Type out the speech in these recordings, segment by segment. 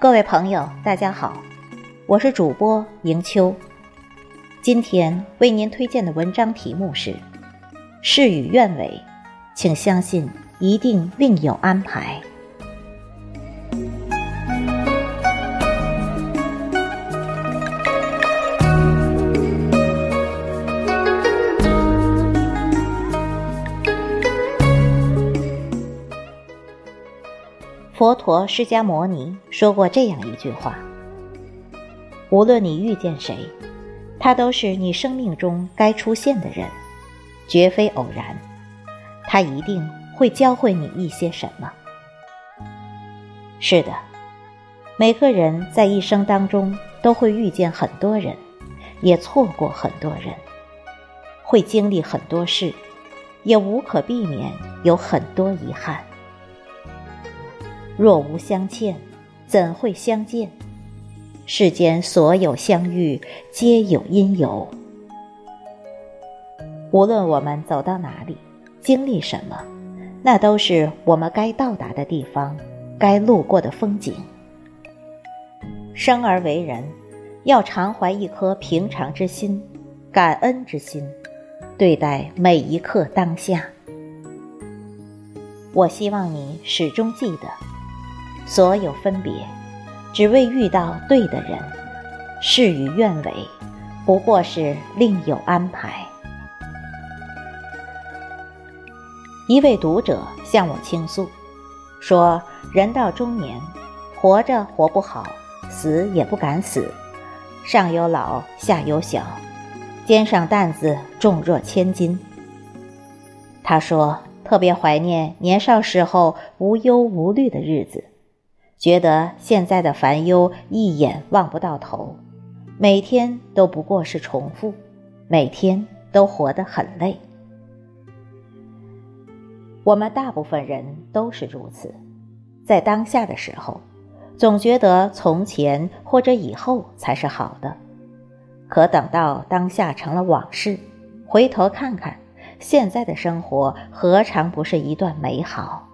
各位朋友大家好，我是主播迎秋。今天为您推荐的文章题目是事与愿违，请相信一定另有安排。佛陀释迦牟尼说过这样一句话：无论你遇见谁，他都是你生命中该出现的人，绝非偶然，他一定会教会你一些什么。是的，每个人在一生当中都会遇见很多人，也错过很多人，会经历很多事，也无可避免有很多遗憾。若无相欠，怎会相见？世间所有相遇，皆有因由。无论我们走到哪里，经历什么，那都是我们该到达的地方，该路过的风景。生而为人，要常怀一颗平常之心，感恩之心，对待每一刻当下。我希望你始终记得，所有分别，只为遇到对的人，事与愿违，不过是另有安排。一位读者向我倾诉，说人到中年，活着活不好，死也不敢死，上有老下有小，肩上担子重若千斤。他说特别怀念年少时候无忧无虑的日子，觉得现在的烦忧一眼望不到头，每天都不过是重复，每天都活得很累。我们大部分人都是如此，在当下的时候，总觉得从前或者以后才是好的，可等到当下成了往事，回头看看，现在的生活何尝不是一段美好？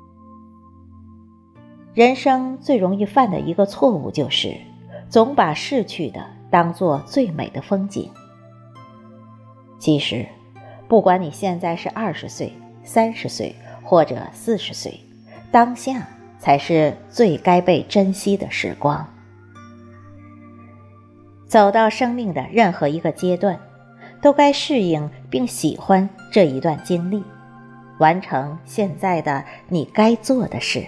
人生最容易犯的一个错误就是总把逝去的当作最美的风景。其实不管你现在是20岁、30岁或者40岁，当下才是最该被珍惜的时光。走到生命的任何一个阶段，都该适应并喜欢这一段经历，完成现在的你该做的事。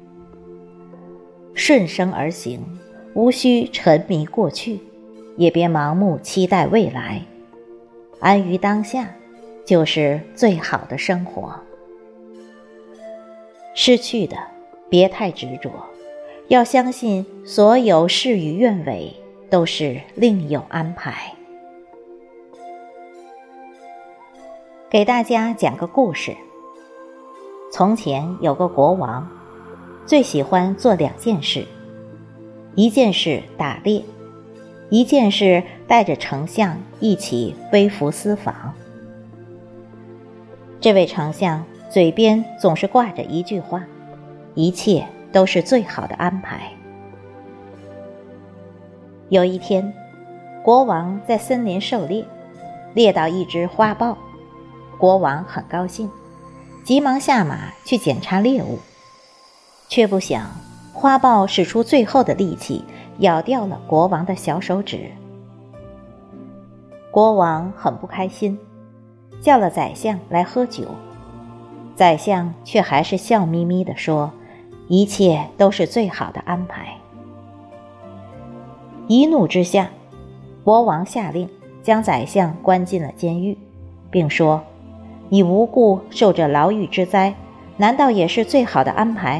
顺生而行，无需沉迷过去，也别盲目期待未来，安于当下就是最好的生活。失去的别太执着，要相信所有事与愿违都是另有安排。给大家讲个故事。从前有个国王，最喜欢做2件事，一件事打猎，一件事带着丞相一起微服私访。这位丞相嘴边总是挂着一句话：一切都是最好的安排。有一天，国王在森林狩猎，猎到一只花豹，国王很高兴，急忙下马去检查猎物，却不想花豹使出最后的力气，咬掉了国王的小手指。国王很不开心，叫了宰相来喝酒，宰相却还是笑眯眯地说：一切都是最好的安排。一怒之下，国王下令将宰相关进了监狱，并说：你无故受这牢狱之灾，难道也是最好的安排？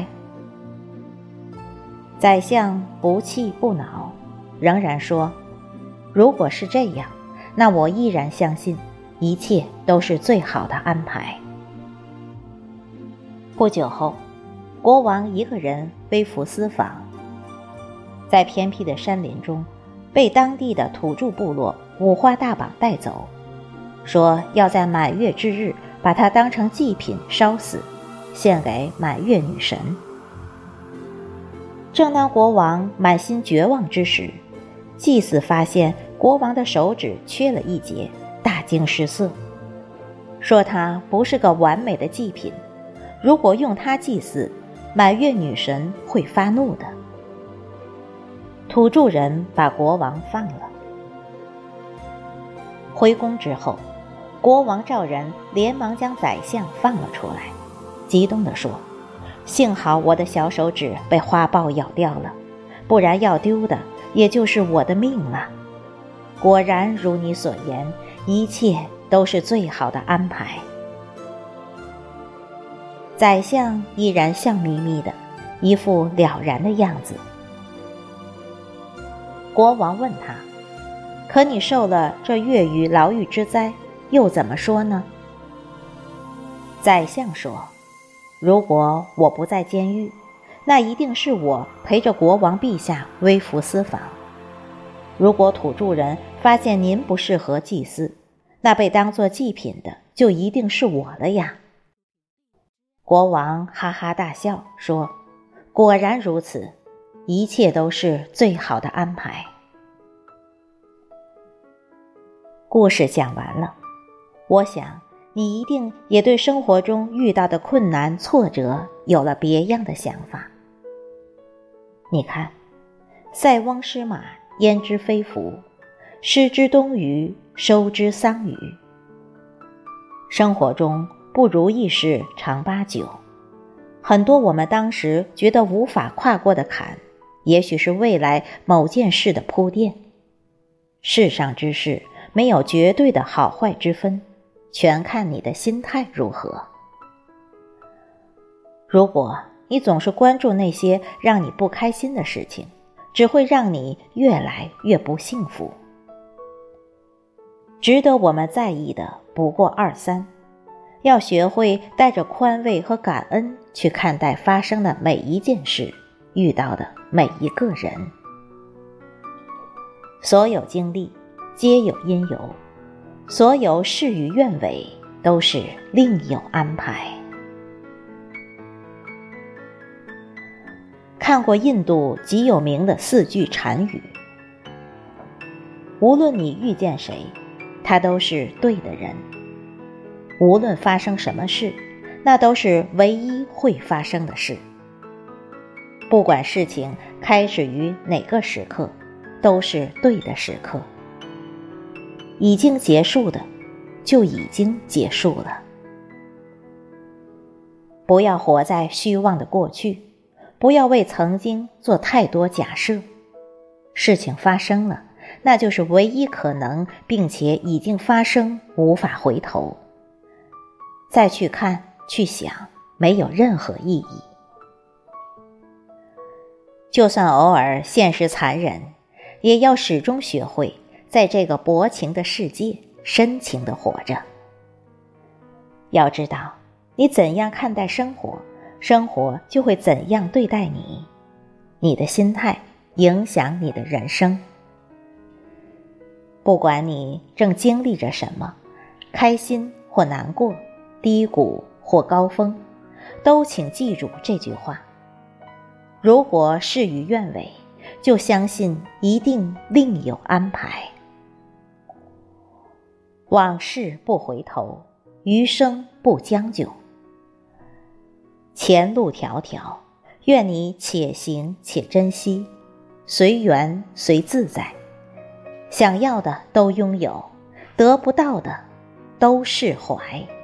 宰相不气不恼，仍然说：如果是这样，那我依然相信一切都是最好的安排。不久后，国王一个人微服私访，在偏僻的山林中，被当地的土著部落五花大绑带走，说要在满月之日把它当成祭品烧死，献给满月女神。 正当国王满心绝望之时，祭司发现国王的手指缺了一节，大惊失色，说他不是个完美的祭品，如果用它祭祀，满月女神会发怒的。土著人把国王放了。回宫之后，国王召人连忙将宰相放了出来，激动地说：幸好我的小手指被花豹咬掉了，不然要丢的也就是我的命了。果然如你所言，一切都是最好的安排。宰相依然笑眯眯的，一副了然的样子。国王问他：可你受了这月余牢狱之灾，又怎么说呢？宰相说：如果我不在监狱，那一定是我陪着国王陛下微服私访。如果土著人发现您不适合祭祀，那被当作祭品的就一定是我了呀。国王哈哈大笑说：果然如此，一切都是最好的安排。故事讲完了，我想你一定也对生活中遇到的困难挫折有了别样的想法。你看，塞翁失马焉知非福，失之东隅，收之桑榆。生活中不如意事常八九，很多我们当时觉得无法跨过的坎，也许是未来某件事的铺垫。世上之事没有绝对的好坏之分，全看你的心态如何。如果你总是关注那些让你不开心的事情，只会让你越来越不幸福。值得我们在意的不过二三，要学会带着宽慰和感恩去看待发生的每一件事，遇到的每一个人。所有经历皆有因由，所有事与愿违都是另有安排。看过印度极有名的4句禅语：无论你遇见谁，他都是对的人；无论发生什么事，那都是唯一会发生的事；不管事情开始于哪个时刻，都是对的时刻；已经结束的，就已经结束了。不要活在虚妄的过去，不要为曾经做太多假设。事情发生了，那就是唯一可能并且已经发生，无法回头。再去看去想，没有任何意义。就算偶尔现实残忍，也要始终学会在这个薄情的世界深情地活着。要知道，你怎样看待生活，生活就会怎样对待你。你的心态影响你的人生。不管你正经历着什么，开心或难过，低谷或高峰，都请记住这句话：如果事与愿违，就相信一定另有安排。往事不回头，余生不将就。前路迢迢，愿你且行且珍惜，随缘随自在。想要的都拥有，得不到的都释怀。